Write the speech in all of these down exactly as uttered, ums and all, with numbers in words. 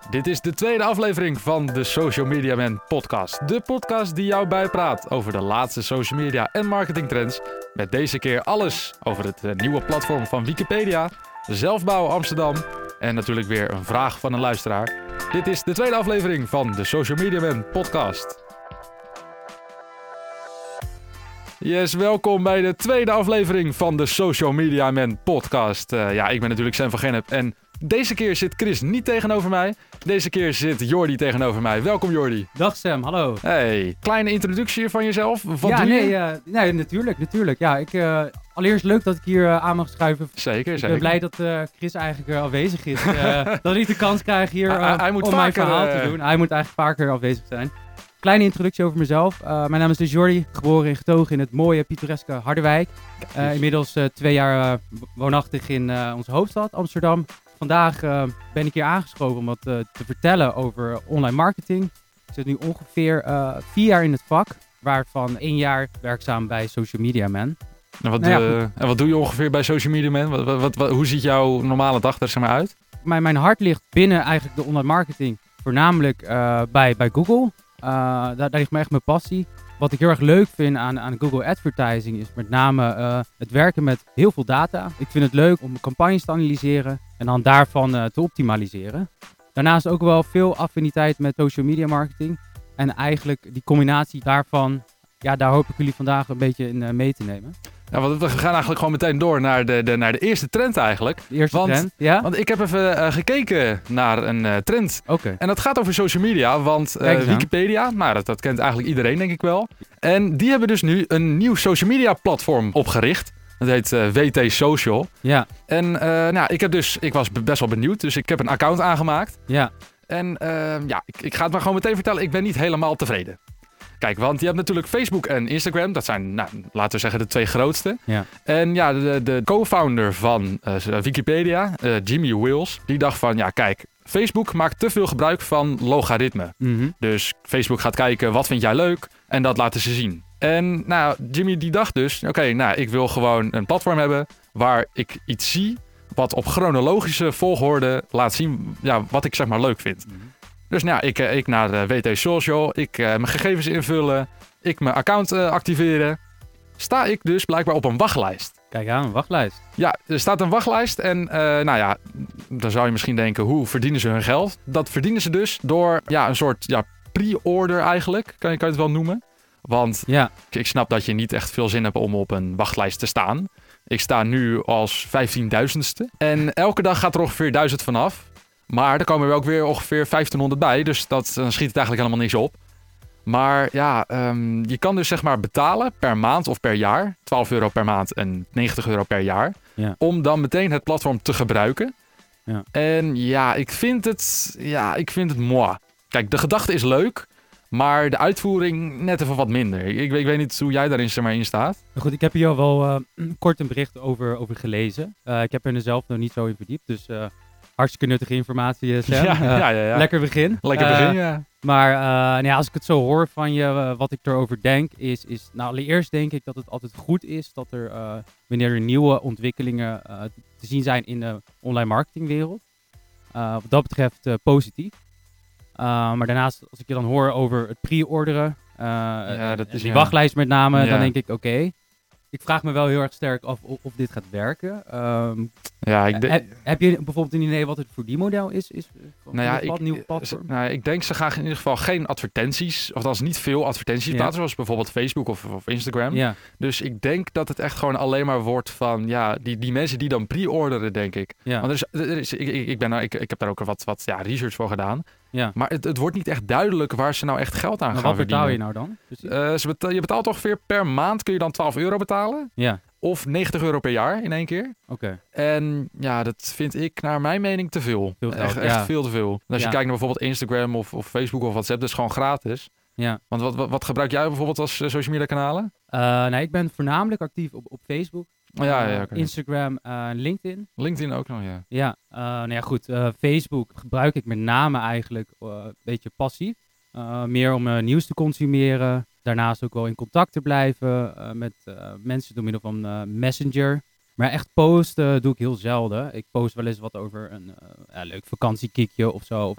Dit is de tweede aflevering van de Social Media Man podcast. De podcast die jou bijpraat over de laatste social media en marketingtrends. Met deze keer alles over het uh, nieuwe platform van Wikipedia, Zelfbouw Amsterdam en natuurlijk weer een vraag van een luisteraar. Dit is de tweede aflevering van de Social Media Man podcast. Yes, welkom bij de tweede aflevering van de Social Media Man podcast. Uh, ja, ik ben natuurlijk Sam van Gennep en deze keer zit Chris niet tegenover mij. Deze keer zit Jordi tegenover mij. Welkom Jordi. Dag Sam, hallo. Hey, kleine introductie van jezelf. Wat ja, doe nee, je? uh, nee, natuurlijk, natuurlijk. Ja, ik, uh, allereerst leuk dat ik hier uh, aan mag schuiven. Zeker, ik zeker. ben blij dat uh, Chris eigenlijk uh, afwezig is. Uh, dat ik de kans krijg hier uh, hij, hij moet om vaker, mijn verhaal uh... te doen. Hij moet eigenlijk vaker afwezig zijn. Kleine introductie over mezelf. Uh, mijn naam is dus Jordi, geboren en getogen in het mooie, pittoreske Harderwijk. Uh, inmiddels uh, twee jaar uh, woonachtig in uh, onze hoofdstad, Amsterdam. Vandaag uh, ben ik hier aangeschoven om wat uh, te vertellen over online marketing. Ik zit nu ongeveer uh, vier jaar in het vak, waarvan één jaar werkzaam bij Social Media Man. En wat, nou ja, uh, en wat doe je ongeveer bij Social Media Man? Wat, wat, wat, hoe ziet jouw normale dag er zeg maar uit? Mijn, mijn hart ligt binnen eigenlijk de online marketing, voornamelijk uh, bij, bij Google. Uh, daar, daar ligt me echt mijn passie. Wat ik heel erg leuk vind aan, aan Google Advertising is met name uh, het werken met heel veel data. Ik vind het leuk om campagnes te analyseren en dan daarvan uh, te optimaliseren. Daarnaast ook wel veel affiniteit met social media marketing. En eigenlijk die combinatie daarvan, ja, daar hoop ik jullie vandaag een beetje in uh, mee te nemen. Ja, want we gaan eigenlijk gewoon meteen door naar de, de, naar de eerste trend eigenlijk. De eerste want, trend, ja? Want ik heb even uh, gekeken naar een uh, trend. Oké. Okay. En dat gaat over social media, want uh, Wikipedia, nou dat, dat kent eigenlijk iedereen denk ik wel. En die hebben dus nu een nieuw social media platform opgericht. Dat heet uh, W T Social. Ja. En uh, nou, ik, heb dus, ik was best wel benieuwd, dus ik heb een account aangemaakt. Ja. En uh, ja, ik, ik ga het maar gewoon meteen vertellen, ik ben niet helemaal tevreden. Kijk, want je hebt natuurlijk Facebook en Instagram. Dat zijn, nou, laten we zeggen, de twee grootste. Ja. En ja, de, de co-founder van uh, Wikipedia, uh, Jimmy Wales, die dacht van, ja, kijk, Facebook maakt te veel gebruik van logaritmen. Mm-hmm. Dus Facebook gaat kijken, wat vind jij leuk? En dat laten ze zien. En nou, Jimmy die dacht dus, oké, okay, nou, ik wil gewoon een platform hebben waar ik iets zie wat op chronologische volgorde laat zien, ja, wat ik zeg maar leuk vind. Mm-hmm. Dus nou, ik, ik naar de W T Social, ik uh, mijn gegevens invullen, ik mijn account uh, activeren. Sta ik dus blijkbaar op een wachtlijst. Kijk aan, een wachtlijst. Ja, er staat een wachtlijst en uh, nou ja, dan zou je misschien denken, hoe verdienen ze hun geld? Dat verdienen ze dus door ja, een soort ja, pre-order eigenlijk, kan je, kan je het wel noemen. Want ja. ik, ik snap dat je niet echt veel zin hebt om op een wachtlijst te staan. Ik sta nu als vijftienduizendste en elke dag gaat er ongeveer duizend vanaf. Maar er komen er ook weer ongeveer vijftienhonderd bij, dus dat, dan schiet het eigenlijk helemaal niks op. Maar ja, um, je kan dus zeg maar betalen per maand of per jaar, twaalf euro per maand en negentig euro per jaar, ja. om dan meteen het platform te gebruiken. Ja. En ja, ik vind het, ja, ik vind het moi. Kijk, de gedachte is leuk, maar de uitvoering net even wat minder. Ik, ik weet niet hoe jij daarin zeg maar, in staat. Goed, ik heb hier al wel uh, kort een bericht over, over gelezen. Uh, ik heb er zelf nog niet zo in verdiept, dus... Uh, Hartstikke nuttige informatie, Sam. Ja, uh, ja, ja, ja. Lekker begin. Lekker begin, uh, ja. Maar uh, nou ja, als ik het zo hoor van je, uh, wat ik erover denk, is, is... Nou, allereerst denk ik dat het altijd goed is dat er, uh, wanneer er nieuwe ontwikkelingen uh, te zien zijn in de online marketingwereld. Uh, wat dat betreft uh, positief. Uh, maar daarnaast, als ik je dan hoor over het pre-orderen, uh, ja, dat is, die ja. wachtlijst met name, ja. dan denk ik, oké. Okay, ik vraag me wel heel erg sterk af of, of dit gaat werken. Um, ja, ik de- heb, heb je bijvoorbeeld een idee wat het verdienmodel is? is nou ja, een ik, nieuw platform? Nou, ik denk ze gaan in ieder geval geen advertenties, of althans niet veel advertenties ja. plaatsen, zoals bijvoorbeeld Facebook of, of Instagram. Ja. Dus ik denk dat het echt gewoon alleen maar wordt van, ja, die, die mensen die dan pre-orderen, denk ik. Ja. Want er is, er is, ik, ik, ben, ik, ik heb daar ook wat, wat ja, research voor gedaan. Ja. Maar het, het wordt niet echt duidelijk waar ze nou echt geld aan maar gaan wat verdienen. Wat betaal je nou dan? Uh, ze betaal, je betaalt ongeveer per maand, kun je dan twaalf euro betalen. Ja. Of negentig euro per jaar in één keer. Oké. Okay. En ja, dat vind ik naar mijn mening te veel. veel te echt, ja. echt veel te veel. En als ja. je kijkt naar bijvoorbeeld Instagram of, of Facebook of WhatsApp, dat is gewoon gratis. Ja. Want wat, wat, wat gebruik jij bijvoorbeeld als uh, social media kanalen? Uh, nee, ik ben voornamelijk actief op, op Facebook. Oh, ja, ja, okay. Instagram, uh, LinkedIn. LinkedIn ook nog, ja. Ja, uh, nou ja, goed. Uh, Facebook gebruik ik met name eigenlijk uh, een beetje passief. Uh, meer om uh, nieuws te consumeren. Daarnaast ook wel in contact te blijven uh, met uh, mensen door middel van uh, Messenger. Maar echt posten doe ik heel zelden. Ik post wel eens wat over een uh, ja, leuk vakantiekiekje of zo. Uh,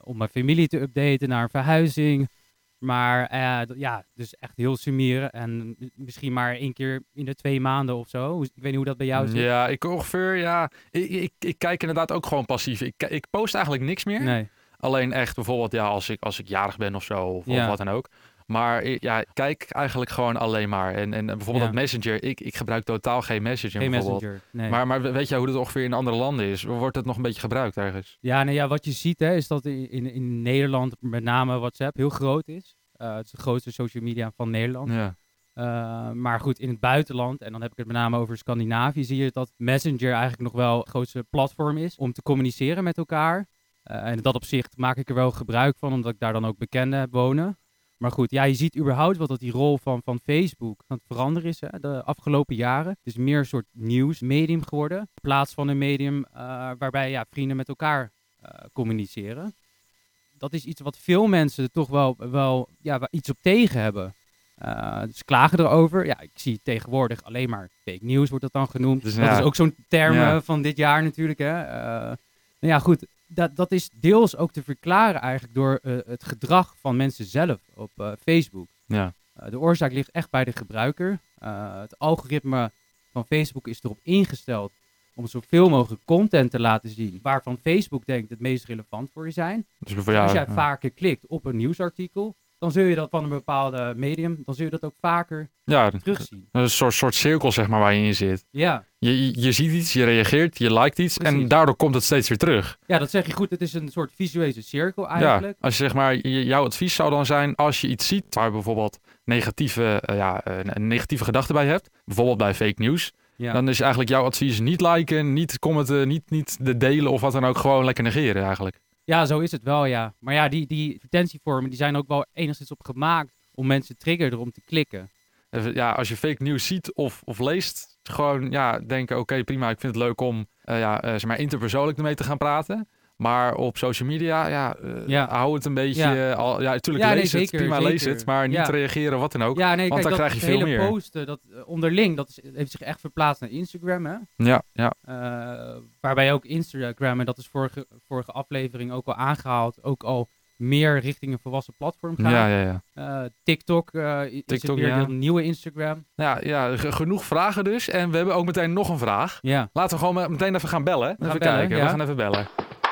om mijn familie te updaten naar een verhuizing. Maar uh, d- ja, dus echt heel summeren. En misschien maar één keer in de twee maanden of zo. Hoe- Ik weet niet hoe dat bij jou zit. Ja, ik ongeveer, ja. Ik, ik, ik kijk inderdaad ook gewoon passief. Ik, ik post eigenlijk niks meer. Nee. Alleen echt bijvoorbeeld, ja, als ik, als ik jarig ben of zo, of, Ja. of wat dan ook. Maar i- ja, ik kijk eigenlijk gewoon alleen maar. En, en bijvoorbeeld Ja. dat Messenger, ik, ik gebruik totaal geen Messenger Geen bijvoorbeeld. Messenger. Nee. Maar, maar weet jij hoe dat ongeveer in andere landen is? Wordt het nog een beetje gebruikt ergens? Ja, nou ja, wat je ziet hè, is dat in, in, in Nederland met name WhatsApp heel groot is. Uh, het is de grootste social media van Nederland. Ja. Uh, maar goed, in het buitenland, en dan heb ik het met name over Scandinavië, zie je dat Messenger eigenlijk nog wel het grootste platform is om te communiceren met elkaar. Uh, en in dat opzicht maak ik er wel gebruik van, omdat ik daar dan ook bekenden heb wonen. Maar goed, ja, je ziet überhaupt wel dat die rol van, van Facebook aan het veranderen is hè, de afgelopen jaren. Het is meer een soort nieuwsmedium geworden, in plaats van een medium uh, waarbij ja, vrienden met elkaar uh, communiceren. Dat is iets wat veel mensen er toch wel, wel ja, iets op tegen hebben. Uh, ze klagen erover. Ja, ik zie tegenwoordig alleen maar fake news wordt dat dan genoemd. Dus, dat ja. is ook zo'n term Ja. uh, van dit jaar natuurlijk. Hè. Uh, nou ja, goed. Dat, dat is deels ook te verklaren eigenlijk door uh, het gedrag van mensen zelf op uh, Facebook. Ja. Uh, de oorzaak ligt echt bij de gebruiker. Uh, het algoritme van Facebook is erop ingesteld om zoveel mogelijk content te laten zien waarvan Facebook denkt het meest relevant voor je zijn. Dus voor jou, Als jij ja. vaker klikt op een nieuwsartikel, dan zul je dat van een bepaalde medium, dan zul je dat ook vaker Ja, terugzien. een soort, soort cirkel zeg maar waar je in zit. Ja, Je, je, je ziet iets, je reageert, je liked iets en Precies. daardoor komt het steeds weer terug. ja, dat zeg je goed. Het is een soort visuele cirkel eigenlijk. Ja, als je zeg maar, je- jouw advies zou dan zijn als je iets ziet waar je bijvoorbeeld negatieve, uh, ja, uh, een negatieve gedachte bij hebt, bijvoorbeeld bij fake news, Ja. dan is eigenlijk jouw advies niet liken, niet commenten, niet, niet de delen of wat dan ook, gewoon lekker negeren eigenlijk. Ja, zo is het wel, ja. Maar ja, die, die advertentievormen die zijn ook wel enigszins op gemaakt om mensen te triggeren om te klikken. Even, ja, als je fake news ziet of, of leest, gewoon ja, denken, oké, okay, prima, ik vind het leuk om uh, ja, uh, zeg maar interpersoonlijk ermee te gaan praten. Maar op social media, ja, uh, Ja. hou het een beetje... Ja. Al, ja, natuurlijk Ja, nee, lees het, zeker, prima zeker. lees het, maar niet Ja. reageren, wat dan ook. Ja, nee, Want kijk, dan dat krijg je veel hele meer. posten, dat uh, onderling, dat is, heeft zich echt verplaatst naar Instagram, hè. Ja, ja. Uh, waarbij ook Instagram, en dat is vorige, vorige aflevering ook al aangehaald, ook al meer richting een volwassen platform gaat. Ja, ja, ja. Uh, TikTok uh, is TikTok, het weer ja. een nieuwe Instagram. Ja, ja g- genoeg vragen dus. En we hebben ook meteen nog een vraag. Ja, Laten we gewoon meteen even gaan bellen. We even gaan bellen, kijken, ja. we gaan even bellen.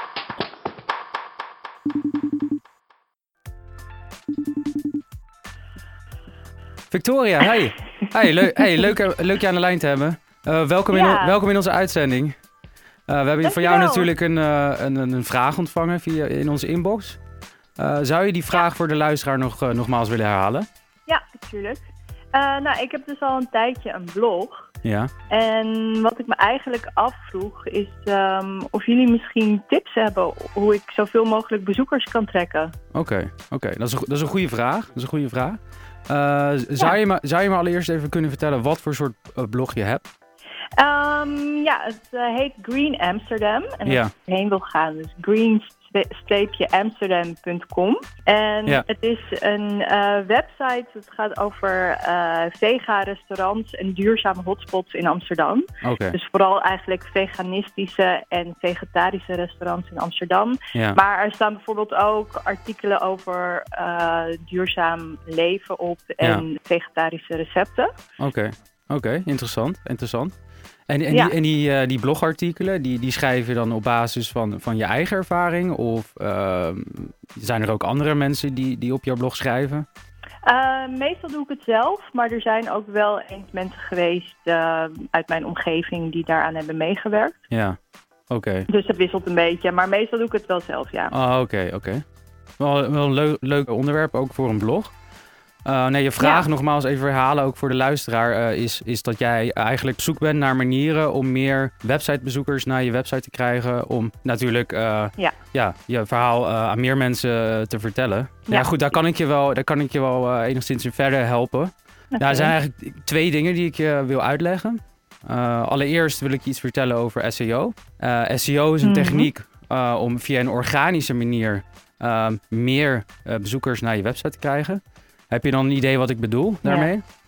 Victoria, hey. Hey, leuk, hey leuk, leuk je aan de lijn te hebben. Uh, welkom, in Ja. on- welkom in onze uitzending. Uh, we hebben van jou Dankjewel. natuurlijk een, uh, een, een, een vraag ontvangen via, in onze inbox. Uh, zou je die vraag voor de luisteraar nog, uh, nogmaals willen herhalen? Ja, natuurlijk. Uh, nou, ik heb dus al een tijdje een blog. Ja. En wat ik me eigenlijk afvroeg is um, of jullie misschien tips hebben hoe ik zoveel mogelijk bezoekers kan trekken. Oké, okay, okay. dat, is een, dat is een goede vraag. Dat is een goede vraag. Uh, zou, je me, zou je me allereerst even kunnen vertellen wat voor soort uh, blog je hebt? Um, ja, het uh, heet Green Amsterdam. En Ja. als je heen wil gaan, dus green amsterdam punt com. En Ja. het is een uh, website, het gaat over uh, vega-restaurants en duurzame hotspots in Amsterdam. Oké, okay. Dus vooral eigenlijk veganistische en vegetarische restaurants in Amsterdam. Ja. Maar er staan bijvoorbeeld ook artikelen over uh, duurzaam leven op en Ja. vegetarische recepten. Oké, okay. okay. interessant, interessant. En, en, Ja. die, en die, uh, die blogartikelen, die, die schrijf je dan op basis van, van je eigen ervaring? Of uh, zijn er ook andere mensen die, die op jouw blog schrijven? Uh, meestal doe ik het zelf, maar er zijn ook wel eens mensen geweest uh, uit mijn omgeving die daaraan hebben meegewerkt. Ja, oké. Okay. Dus het wisselt een beetje, maar meestal doe ik het wel zelf, ja. Ah, oké, okay, oké. Okay. Wel, wel een leuk, leuk onderwerp, ook voor een blog. Uh, nee, je vraag ja. nogmaals even herhalen, ook voor de luisteraar, uh, is, is dat jij eigenlijk op zoek bent naar manieren om meer websitebezoekers naar je website te krijgen. Om natuurlijk uh, ja. Ja, je verhaal uh, aan meer mensen te vertellen. Ja, ja goed, daar kan ik je wel, daar kan ik je wel uh, enigszins in verder helpen. Okay. Nou, er zijn eigenlijk twee dingen die ik je wil uitleggen. Uh, allereerst wil ik je iets vertellen over S E O. Uh, S E O is een mm-hmm. techniek uh, om via een organische manier uh, meer uh, bezoekers naar je website te krijgen. Heb je dan een idee wat ik bedoel daarmee?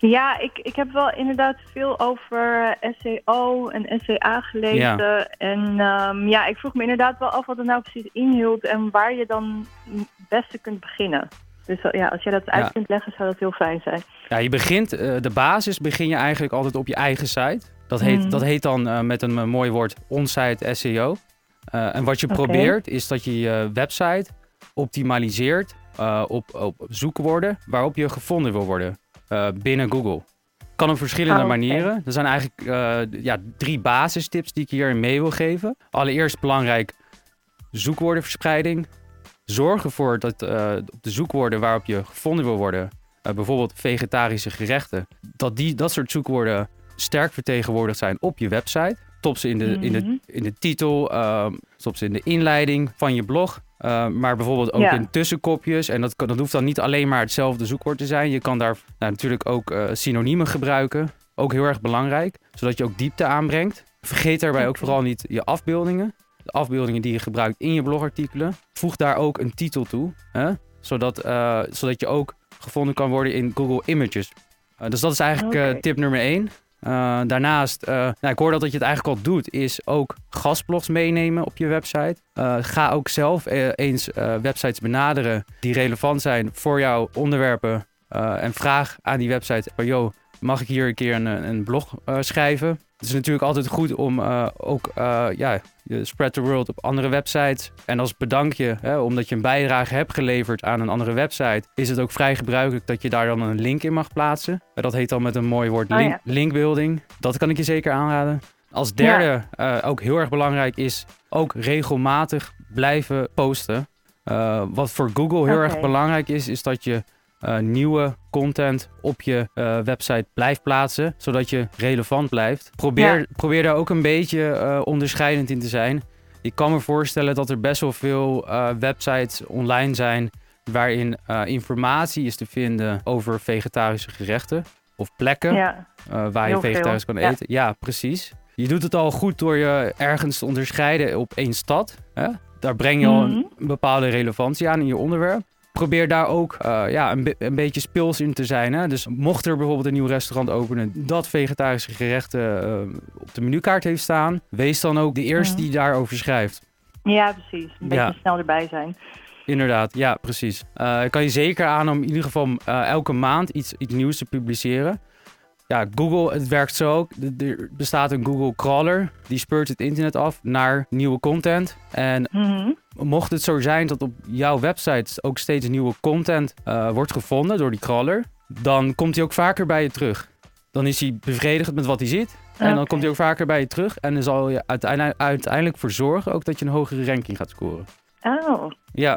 Ja, ik, ik heb wel inderdaad veel over S E O en S E A gelezen. Ja. En um, ja, ik vroeg me inderdaad wel af wat het nou precies inhield en waar je dan het beste kunt beginnen. Dus ja, als jij dat uit Ja. kunt leggen, zou dat heel fijn zijn. Ja, je begint, uh, de basis begin je eigenlijk altijd op je eigen site. Dat heet, Mm. dat heet dan uh, met een uh, mooi woord on-site S E O. Uh, en wat je Oké. probeert is dat je je website optimaliseert uh, op, op zoekwoorden waarop je gevonden wil worden uh, binnen Google. Kan op verschillende Oh, oké. manieren. Er zijn eigenlijk uh, ja, drie basistips die ik hierin mee wil geven. Allereerst belangrijk, zoekwoordenverspreiding. Zorg ervoor dat uh, op de zoekwoorden waarop je gevonden wil worden, uh, bijvoorbeeld vegetarische gerechten, dat die, dat soort zoekwoorden sterk vertegenwoordigd zijn op je website. Stop ze in de, in de, in de titel, uh, stop ze in de inleiding van je blog. Uh, maar bijvoorbeeld ook Ja. in tussenkopjes. En dat, kan, dat hoeft dan niet alleen maar hetzelfde zoekwoord te zijn. Je kan daar nou, natuurlijk ook uh, synoniemen gebruiken. Ook heel erg belangrijk, zodat je ook diepte aanbrengt. Vergeet daarbij ook Oké. vooral niet je afbeeldingen. De afbeeldingen die je gebruikt in je blogartikelen. Voeg daar ook een titel toe, hè? Zodat, uh, zodat je ook gevonden kan worden in Google Images. Uh, dus dat is eigenlijk uh, Oké. tip nummer één. Uh, daarnaast, uh, nou, ik hoor dat, dat je het eigenlijk al doet, is ook gastblogs meenemen op je website. Uh, ga ook zelf uh, eens uh, websites benaderen die relevant zijn voor jouw onderwerpen. Uh, en vraag aan die website, oh, joh, mag ik hier een keer een, een blog uh, schrijven? Het is natuurlijk altijd goed om uh, ook uh, ja, je spread the world op andere websites. En als bedankje, hè, omdat je een bijdrage hebt geleverd aan een andere website, is het ook vrij gebruikelijk dat je daar dan een link in mag plaatsen. Uh, dat heet dan met een mooi woord Oh, link, ja. linkbuilding. Dat kan ik je zeker aanraden. Als derde, uh, ook heel erg belangrijk, is ook regelmatig blijven posten. Uh, wat voor Google heel Oké. erg belangrijk is, is dat je Uh, nieuwe content op je uh, website blijft plaatsen, zodat je relevant blijft. Probeer, Ja. probeer daar ook een beetje uh, onderscheidend in te zijn. Ik kan me voorstellen dat er best wel veel uh, websites online zijn waarin uh, informatie is te vinden over vegetarische gerechten of plekken Ja. uh, waar je Heel vegetarisch veel, kan ja. eten. Ja, precies. Je doet het al goed door je ergens te onderscheiden op één stad. Hè? Daar breng je al een, Mhm. een bepaalde relevantie aan in je onderwerp. Probeer daar ook uh, ja, een, be- een beetje speels in te zijn. Hè? Dus mocht er bijvoorbeeld een nieuw restaurant openen dat vegetarische gerechten uh, op de menukaart heeft staan, wees dan ook de eerste Mhm. die daarover schrijft. Ja, precies. Een beetje Ja. snel erbij zijn. Inderdaad, ja, precies. Uh, ik kan je zeker aan om in ieder geval uh, elke maand iets, iets nieuws te publiceren. Ja, Google, het werkt zo ook. Er bestaat een Google crawler, die speurt het internet af naar nieuwe content. En Mhm. mocht het zo zijn dat op jouw website ook steeds nieuwe content uh, wordt gevonden door die crawler, dan komt hij ook vaker bij je terug. Dan is hij bevredigd met wat hij ziet. En dan Oké. komt hij ook vaker bij je terug. En dan zal je uiteindelijk, uiteindelijk voor zorgen ook dat je een hogere ranking gaat scoren. Oh, oké. Ja,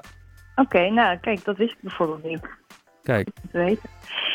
Nou, kijk, dat wist ik bijvoorbeeld niet. kijk. Goed te weten.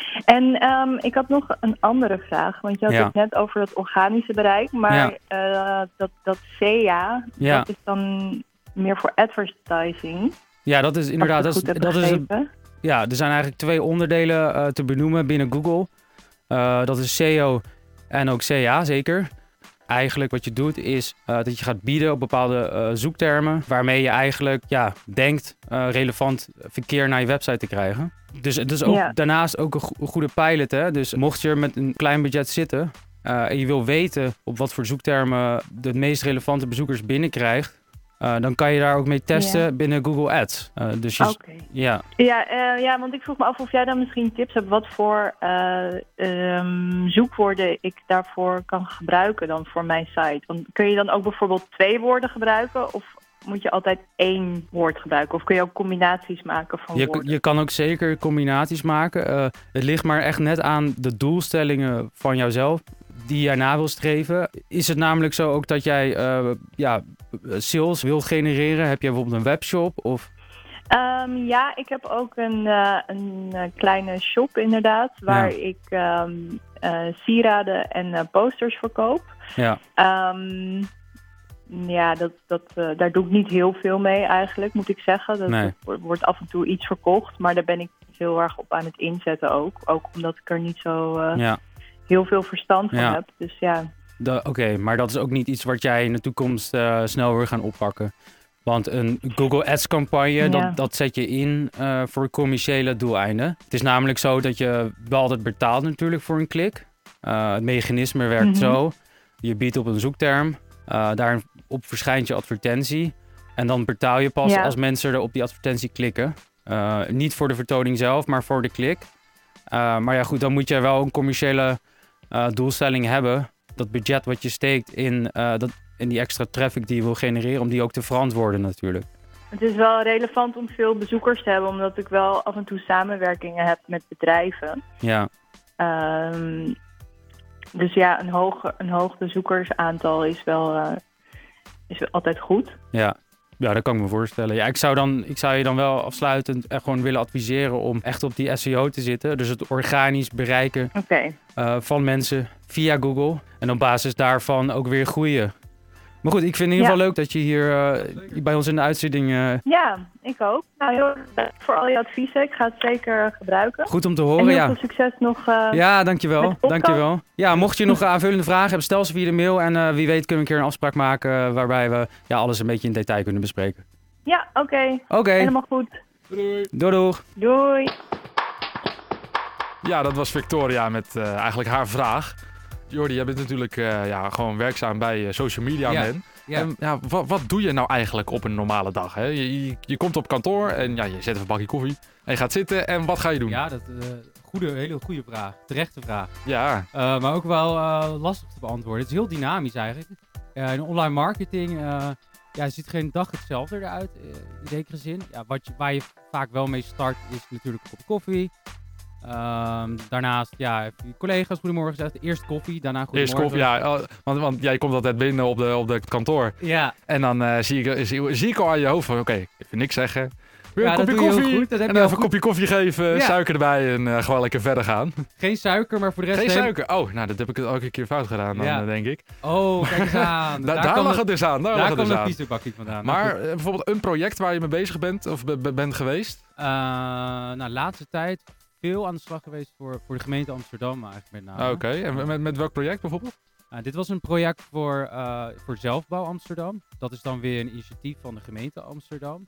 En um, ik had nog een andere vraag. Want je had Ja. het net over dat organische bereik. Maar uh, dat, dat S E A, Ja. dat is dan meer voor advertising. Ja, dat is inderdaad. Als Dat ik het is, goed heb dat is een, begrepen. ja, er zijn eigenlijk twee onderdelen uh, te benoemen binnen Google. Uh, dat is S E O en ook S E A, zeker. Eigenlijk wat je doet is uh, dat je gaat bieden op bepaalde uh, zoektermen, waarmee je eigenlijk ja, denkt uh, relevant verkeer naar je website te krijgen. Dus het is ook Ja. daarnaast ook een, go- een goede pilot. Hè? Dus mocht je er met een klein budget zitten uh, en je wil weten op wat voor zoektermen de meest relevante bezoekers binnenkrijgt, uh, dan kan je daar ook mee testen Ja. binnen Google Ads. Uh, dus je, Oké. ja, Ja, uh, ja, want ik vroeg me af of jij dan misschien tips hebt wat voor uh, um, zoekwoorden ik daarvoor kan gebruiken dan voor mijn site. Want kun je dan ook bijvoorbeeld twee woorden gebruiken of moet je altijd één woord gebruiken? Of kun je ook combinaties maken van Je, woorden? je kan ook zeker combinaties maken. Uh, het ligt maar echt net aan de doelstellingen van jouzelf die jij na wil streven. Is het namelijk zo ook dat jij uh, ja, sales wil genereren? Heb je bijvoorbeeld een webshop? Of... Um, ja, ik heb ook een, uh, een uh, kleine shop inderdaad, waar Ja. ik um, uh, sieraden en uh, posters verkoop. Ja, Um, ja, dat, dat, uh, daar doe ik niet heel veel mee eigenlijk, moet ik zeggen. Dat, Nee. dat wordt- wordt af en toe iets verkocht, maar daar ben ik heel erg op aan het inzetten ook. Ook omdat ik er niet zo uh, ja. heel veel verstand van Ja. heb. Dus ja, De- Oké, okay, maar dat is ook niet iets wat jij in de toekomst uh, snel wil gaan oppakken. Want een Google Ads campagne, Ja. dat, dat zet je in uh, voor commerciële doeleinden. Het is namelijk zo dat je wel altijd betaalt natuurlijk voor een klik. Uh, het mechanisme werkt Mhm. zo. Je biedt op een zoekterm. Uh, daarop verschijnt je advertentie. En dan betaal je pas Ja. als mensen er op die advertentie klikken. Uh, niet voor de vertoning zelf, maar voor de klik. Uh, maar ja goed, dan moet je wel een commerciële uh, doelstelling hebben. Dat budget wat je steekt in, uh, dat, in die extra traffic die je wil genereren, om die ook te verantwoorden natuurlijk. Het is wel relevant om veel bezoekers te hebben, omdat ik wel af en toe samenwerkingen heb met bedrijven. Ja, Um, dus ja, een hoog, een hoog bezoekersaantal is wel, uh, is wel altijd goed. ja. Ja, dat kan ik me voorstellen. Ja, ik zou, dan, ik zou je dan wel afsluitend echt gewoon willen adviseren om echt op die S E O te zitten. Dus het organisch bereiken Oké. Okay. uh, van mensen via Google. En op basis daarvan ook weer groeien. Maar goed, ik vind in ieder geval Ja. leuk dat je hier uh, bij ons in de uitzending... Uh, Ja, ik ook. Nou, heel erg bedankt voor al je adviezen. Ik ga het zeker gebruiken. goed om te En horen, heel ja. veel succes nog. Uh, Ja, dankjewel. met de podcast. dankjewel. Ja, mocht je nog aanvullende vragen hebben, stel ze via de mail. En uh, wie weet kunnen we een keer een afspraak maken uh, waarbij we ja, alles een beetje in detail kunnen bespreken. Ja, oké. Okay. Oké. Okay. Helemaal goed. Doei. Doei, doeg. Doei. Ja, dat was Victoria met uh, eigenlijk haar vraag. Jordi, jij bent natuurlijk uh, ja, gewoon werkzaam bij uh, Social Media Ja. Man. Ja. En, ja, wat, wat doe je nou eigenlijk op een normale dag? Hè? Je, je, je komt op kantoor en ja, je zet even een bakje koffie en je gaat zitten en wat ga je doen? Ja, dat is uh, goede, hele goede vraag. Terechte vraag. Ja. Uh, maar ook wel uh, lastig te beantwoorden. Het is heel dynamisch eigenlijk. Uh, in online marketing uh, ja, ziet geen dag hetzelfde eruit uh, in zekere zin. Ja, wat je, waar je vaak wel mee start is natuurlijk een kop koffie. Um, daarnaast, ja, heb je collega's goedemorgen gezegd. Eerst koffie, daarna goedemorgen. Eerst koffie, ja. Oh, want, want jij komt altijd binnen op de, op de kantoor. Ja. En dan uh, zie, ik, zie, zie ik al aan je hoofd van, oké, okay, even niks zeggen. Weer ja, een kopje dat doe je koffie. heel goed. Dat heb en je dan al even een goed. kopje koffie geven, Ja. suiker erbij en uh, gewoon lekker verder gaan. Geen suiker, maar voor de rest... Geen heen... suiker? Oh, nou, dat heb ik ook een keer fout gedaan dan, Ja. uh, denk ik. Oh, kijk eens aan. Da- daar daar kan lag het het dus aan. Daar, Daar lag het komt dus het aan. piezerbakje vandaan. Maar uh, bijvoorbeeld een project waar je mee bezig bent of be- be- bent geweest? Uh, nou, laatste tijd veel aan de slag geweest voor, voor de gemeente Amsterdam eigenlijk met name. Ah, Oké, okay. en met, met welk project bijvoorbeeld? Uh, dit was een project voor, uh, voor Zelfbouw Amsterdam. Dat is dan weer een initiatief van de gemeente Amsterdam.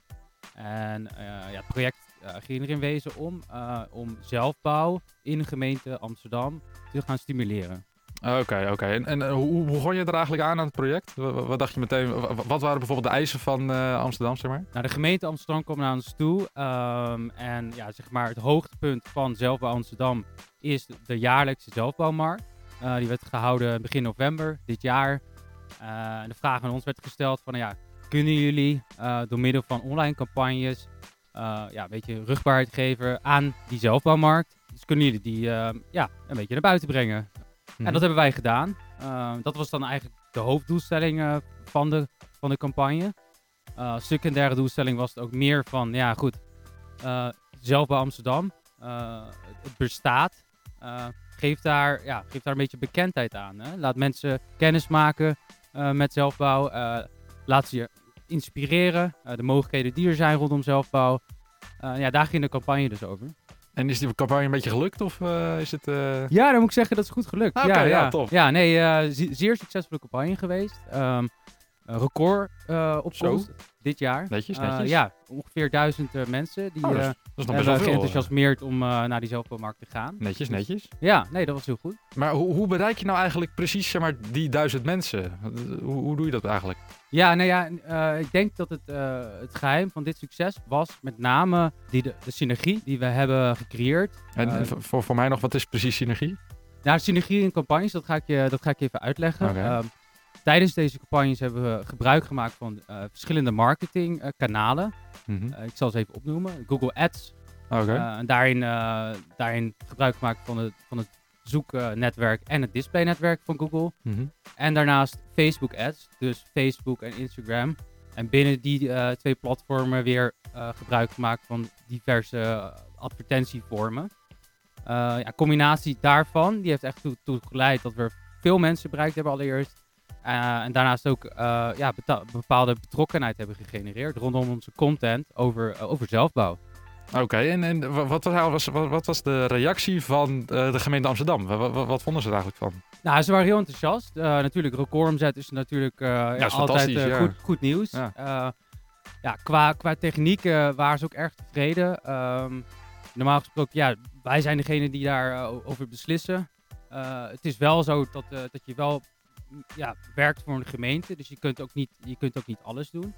En uh, ja, het project uh, ging er in wezen om, uh, om zelfbouw in de gemeente Amsterdam te gaan stimuleren. Oké, okay, oké. Okay. En, en uh, hoe, hoe begon je er eigenlijk aan aan het project? Wat, wat dacht je meteen? Wat waren bijvoorbeeld de eisen van uh, Amsterdam, zeg maar? Nou, de gemeente Amsterdam kwam naar ons toe. Um, en ja, zeg maar, het hoogtepunt van Zelfbouw Amsterdam is de, de jaarlijkse zelfbouwmarkt. Uh, die werd gehouden begin november dit jaar. Uh, en de vraag aan ons werd gesteld van, ja, kunnen jullie uh, door middel van online campagnes uh, ja, een beetje rugbaarheid geven aan die zelfbouwmarkt? Dus kunnen jullie die uh, ja, een beetje naar buiten brengen? Mm-hmm. En dat hebben wij gedaan. Uh, dat was dan eigenlijk de hoofddoelstelling uh, van, de, van de campagne. Uh, secundaire doelstelling was het ook meer van, ja goed, uh, Zelfbouw Amsterdam, uh, het bestaat. Uh, geef, daar, ja, geef daar een beetje bekendheid aan. Hè? Laat mensen kennis maken uh, met zelfbouw. Uh, laat ze je inspireren. Uh, de mogelijkheden die er zijn rondom zelfbouw. Uh, ja, daar ging de campagne dus over. En is die campagne een beetje gelukt of uh, is het... Uh... Ja, dan moet ik zeggen dat is goed gelukt. Ah, ja, okay, ja, ja, tof. Ja, nee, uh, ze- zeer succesvolle campagne geweest. Um, een record uh, opkomst dit jaar. Netjes, Uh, netjes. ja, ongeveer duizend uh, mensen die oh, dat is, uh, dat is nog best hebben wel veel. geenthousiasmeerd om uh, naar die zelfbouwmarkt te gaan. Netjes, netjes. Ja, nee, dat was heel goed. Maar hoe, hoe bereik je nou eigenlijk precies zeg maar, die duizend mensen? Hoe, hoe doe je dat eigenlijk? Ja, nou ja, uh, ik denk dat het, uh, het geheim van dit succes was met name die, de, de synergie die we hebben gecreëerd. En Uh, voor, voor mij nog, wat is precies synergie? Nou, synergie in campagnes, dat ga ik je, dat ga ik je even uitleggen. Okay. Um, tijdens deze campagnes hebben we gebruik gemaakt van uh, verschillende marketingkanalen. Uh, Mm-hmm. uh, ik zal ze even opnoemen. Google Ads. Oké. Okay. Uh, en daarin, uh, daarin gebruik gemaakt van het, van het zoeknetwerk en het displaynetwerk van Google. Mm-hmm. En daarnaast Facebook Ads, dus Facebook en Instagram. En binnen die uh, twee platformen weer uh, gebruik gemaakt van diverse uh, advertentievormen. Uh, ja, combinatie daarvan, die heeft echt toe, toe geleid dat we veel mensen bereikt hebben allereerst. Uh, en daarnaast ook uh, ja, beta- bepaalde betrokkenheid hebben gegenereerd rondom onze content over, uh, over zelfbouw. Oké, okay, en, en wat, was, wat, wat was de reactie van uh, de gemeente Amsterdam? Wat, wat, wat vonden ze er eigenlijk van? Nou, ze waren heel enthousiast. Uh, natuurlijk, recordomzet is natuurlijk uh, ja, ja, is altijd uh, ja. goed, goed nieuws. Ja. Uh, ja, qua, qua technieken waren ze ook erg tevreden. Ehm, normaal gesproken, ja, wij zijn degene die daarover over beslissen. Uh, het is wel zo dat, uh, dat je wel ja, werkt voor een gemeente, dus je kunt ook niet, je kunt ook niet alles doen.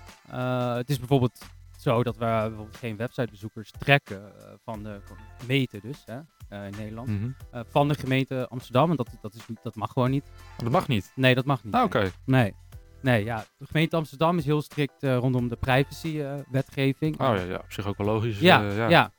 Uh, het is bijvoorbeeld zo dat we bijvoorbeeld geen websitebezoekers trekken uh, van de van meten dus, hè, uh, in Nederland. Mm-hmm. Uh, van de gemeente Amsterdam, en dat, dat, is, dat mag gewoon niet. Dat mag niet? Nee, dat mag niet. Ah, oké. Okay. Nee. Nee, ja, de gemeente Amsterdam is heel strikt uh, rondom de privacy-wetgeving. Uh, oh ja, ja, op zich ook wel logisch. Ja, uh, ja. ja.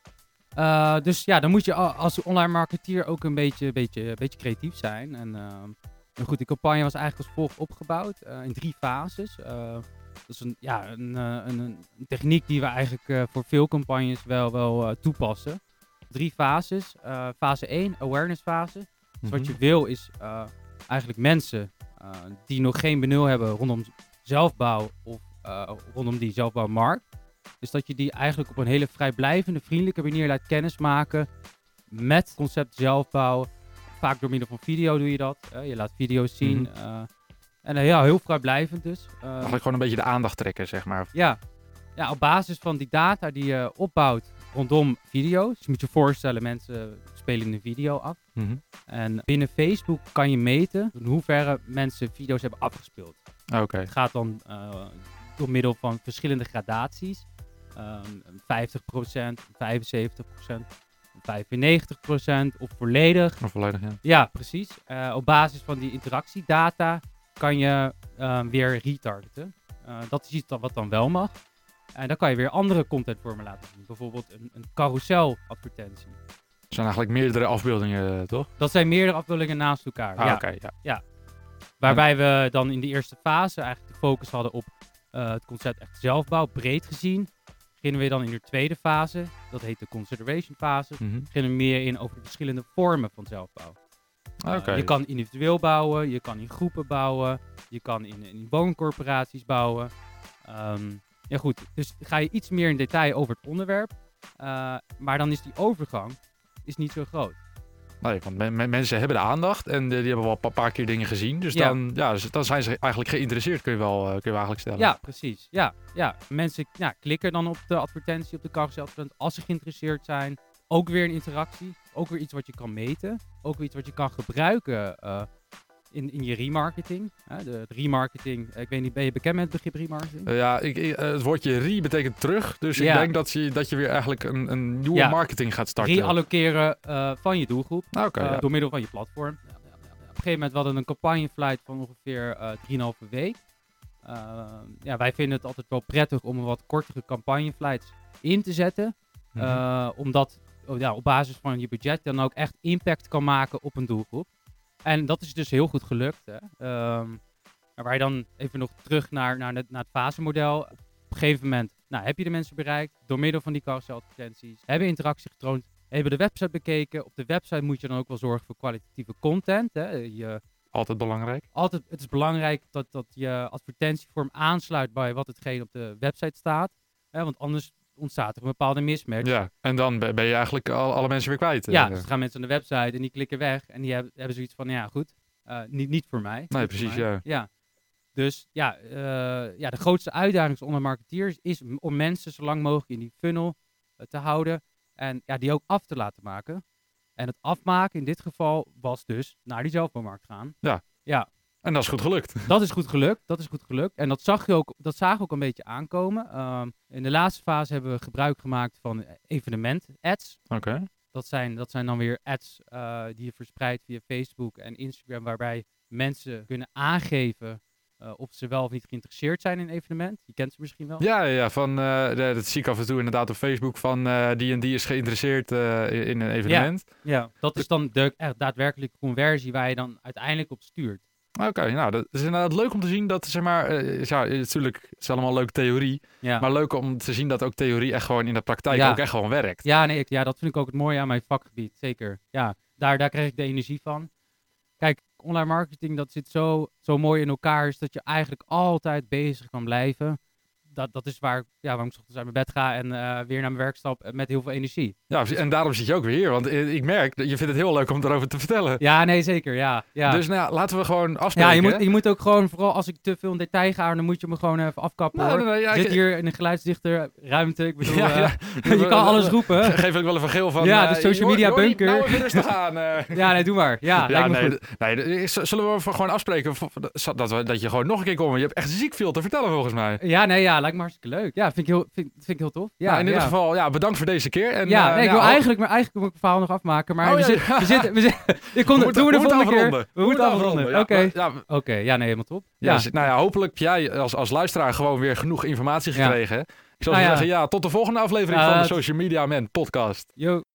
Uh, dus ja, dan moet je als online marketeer ook een beetje, beetje, beetje creatief zijn. En uh, goed, die campagne was eigenlijk als volgt opgebouwd uh, in drie fases. Uh, dat is een, ja, een, een, een techniek die we eigenlijk uh, voor veel campagnes wel, wel uh, toepassen. Drie fases. Uh, fase één, awareness fase. Dus mm-hmm. wat je wil is uh, eigenlijk mensen uh, die nog geen benul hebben rondom zelfbouw of uh, rondom die zelfbouwmarkt. Dus dat je die eigenlijk op een hele vrijblijvende, vriendelijke manier laat kennismaken met het concept zelfbouw. Vaak door middel van video doe je dat. Uh, je laat video's zien. Mm-hmm. Uh, en uh, ja, heel vrijblijvend dus. Uh, Eigenlijk gewoon een beetje de aandacht trekken, zeg maar. Ja, ja op basis van die data die je opbouwt rondom video's. Dus je moet je voorstellen, mensen spelen een video af. Mm-hmm. En binnen Facebook kan je meten in hoeverre mensen video's hebben afgespeeld. Oké. Okay. Het gaat dan uh, door middel van verschillende gradaties. Um, vijftig procent, vijfenzeventig procent, vijfennegentig procent of volledig. Of volledig, ja. Ja, precies. Uh, op basis van die interactiedata kan je uh, weer retargeten. Uh, dat is iets dat, wat dan wel mag. En dan kan je weer andere contentvormen laten zien. Bijvoorbeeld een, een carousel advertentie. Het zijn eigenlijk meerdere afbeeldingen, toch? Dat zijn meerdere afbeeldingen naast elkaar. Ah, ja. oké, okay, ja. ja. Waarbij we dan in de eerste fase eigenlijk de focus hadden op uh, het concept echt zelfbouw, breed gezien. Beginnen we dan in de tweede fase, dat heet de consideration fase. Mm-hmm. Beginnen we meer in over de verschillende vormen van zelfbouw. Ah, okay. Uh, je kan individueel bouwen, je kan in groepen bouwen, je kan in, in wooncorporaties bouwen. Um, ja goed, dus ga je iets meer in detail over het onderwerp, uh, maar dan is die overgang is niet zo groot. Nee, want me- me- mensen hebben de aandacht en de, die hebben wel een paar keer dingen gezien. Dus ja. Dan, ja, dan zijn ze eigenlijk geïnteresseerd, kun je wel, uh, kun je wel eigenlijk stellen. Ja, precies. Ja, ja. Mensen ja, klikken dan op de advertentie, op de carouseladvertentie, als ze geïnteresseerd zijn. Ook weer een interactie, ook weer iets wat je kan meten. Ook weer iets wat je kan gebruiken uh, in, in je remarketing. Uh, de, de remarketing, ik weet niet, ben je bekend met het begrip remarketing? Uh, ja, ik, ik, uh, het woordje re betekent terug. Dus ja. ik denk dat je, dat je weer eigenlijk een, een nieuwe ja. marketing gaat starten. Reallokeren uh, van je doelgroep ah, okay, uh, ja. door middel van je platform. Ja, ja, ja, ja. Op een gegeven moment hadden we een campagneflight van ongeveer uh, drieënhalve week. Uh, ja, wij vinden het altijd wel prettig om een wat kortere campagneflights in te zetten. Uh, mm-hmm. Omdat oh, ja, op basis van je budget dan ook echt impact kan maken op een doelgroep. En dat is dus heel goed gelukt. Hè? Um, waar je dan even nog terug naar, naar, het, naar het fasemodel. Op een gegeven moment nou, heb je de mensen bereikt door middel van die carouseladvertenties. Hebben interactie getoond. Hebben de website bekeken. Op de website moet je dan ook wel zorgen voor kwalitatieve content. Hè? Je, altijd belangrijk. Altijd, het is belangrijk dat, dat je advertentievorm aansluit bij wat hetgeen op de website staat. Hè? Want anders ontstaat er een bepaalde mismatch. Ja, en dan ben je eigenlijk al, alle mensen weer kwijt. Ja, dus dan gaan mensen aan de website en die klikken weg. En die hebben, hebben zoiets van, ja goed, uh, niet, niet voor mij. Nee, precies, mij. ja. ja. Dus ja, uh, ja, de grootste uitdaging onder marketeers is om mensen zo lang mogelijk in die funnel uh, te houden. En ja, die ook af te laten maken. En het afmaken in dit geval was dus naar die zelfbouwmarkt gaan. Ja. Ja. En dat is goed gelukt. Dat is goed gelukt, dat is goed gelukt. En dat zag je ook, dat zagen we ook een beetje aankomen. Um, in de laatste fase hebben we gebruik gemaakt van evenement-ads. Oké. Okay. Dat zijn, dat zijn dan weer ads uh, die je verspreidt via Facebook en Instagram, waarbij mensen kunnen aangeven uh, of ze wel of niet geïnteresseerd zijn in een evenement. Je kent ze misschien wel. Ja, ja van, uh, dat zie ik af en toe inderdaad op Facebook van uh, die en die is geïnteresseerd uh, in een evenement. Ja, ja, dat is dan de echt daadwerkelijke conversie waar je dan uiteindelijk op stuurt. Oké, okay, nou, dat is inderdaad leuk om te zien dat, zeg maar, uh, ja, natuurlijk, het is allemaal leuke theorie, ja. maar leuk om te zien dat ook theorie echt gewoon in de praktijk ja. ook echt gewoon werkt. Ja, nee, ik, ja, dat vind ik ook het mooie aan mijn vakgebied, zeker. Ja, daar, daar krijg ik de energie van. Kijk, online marketing, dat zit zo, zo mooi in elkaar, is dat je eigenlijk altijd bezig kan blijven. dat, dat is waar, ja, waarom ik 's ochtends uit mijn bed ga en uh, weer naar mijn werk stap met heel veel energie. Ja, en daarom zit je ook weer hier. Want ik merk, je vindt het heel leuk om erover te vertellen. Ja, nee, zeker. Ja, ja. Dus nou ja, laten we gewoon afspreken. Ja, je moet, je moet ook gewoon, vooral als ik te veel in detail ga, dan moet je me gewoon even afkappen. Nee, hoor. nee, nee, ja, ik zit ik- hier in een geluidsdichter ruimte. Ik bedoel, Ja, uh, ja. je kan alles roepen. Geef ik wel even geel van... Ja, eh, de social media Jordi, bunker. Nou, even rustig aan. eh. Ja, nee, doe maar. Ja, Ja, lijkt me nee, goed. d- nee, d- is- zullen we even gewoon afspreken v- dat, we, dat je gewoon nog een keer komt? Je hebt echt ziek veel te vertellen volgens mij. Ja, nee, ja, lijkt me hartstikke leuk. Ja, vind ik heel, vind, vind ik heel tof. Ja, Nou, in ieder ja. geval, ja, bedankt voor deze keer. En, Ja, eh, nee, ik ja, wil oh, eigenlijk, maar eigenlijk wil ik het verhaal nog afmaken, maar Oh, we, ja, zitten, ja. we zitten, we zitten, ik kon, we doen we de moeten volgende keer. afronden. We moeten afronden. ja. Oké, Ja, oké, ja, nee, helemaal top. ja, Ja, z- nou ja, hopelijk heb jij als, als luisteraar gewoon weer genoeg informatie Ja. gekregen. Ik zou Nou ja. zeggen, ja, tot de volgende aflevering Ja, van de het- Social Media Man podcast. yo.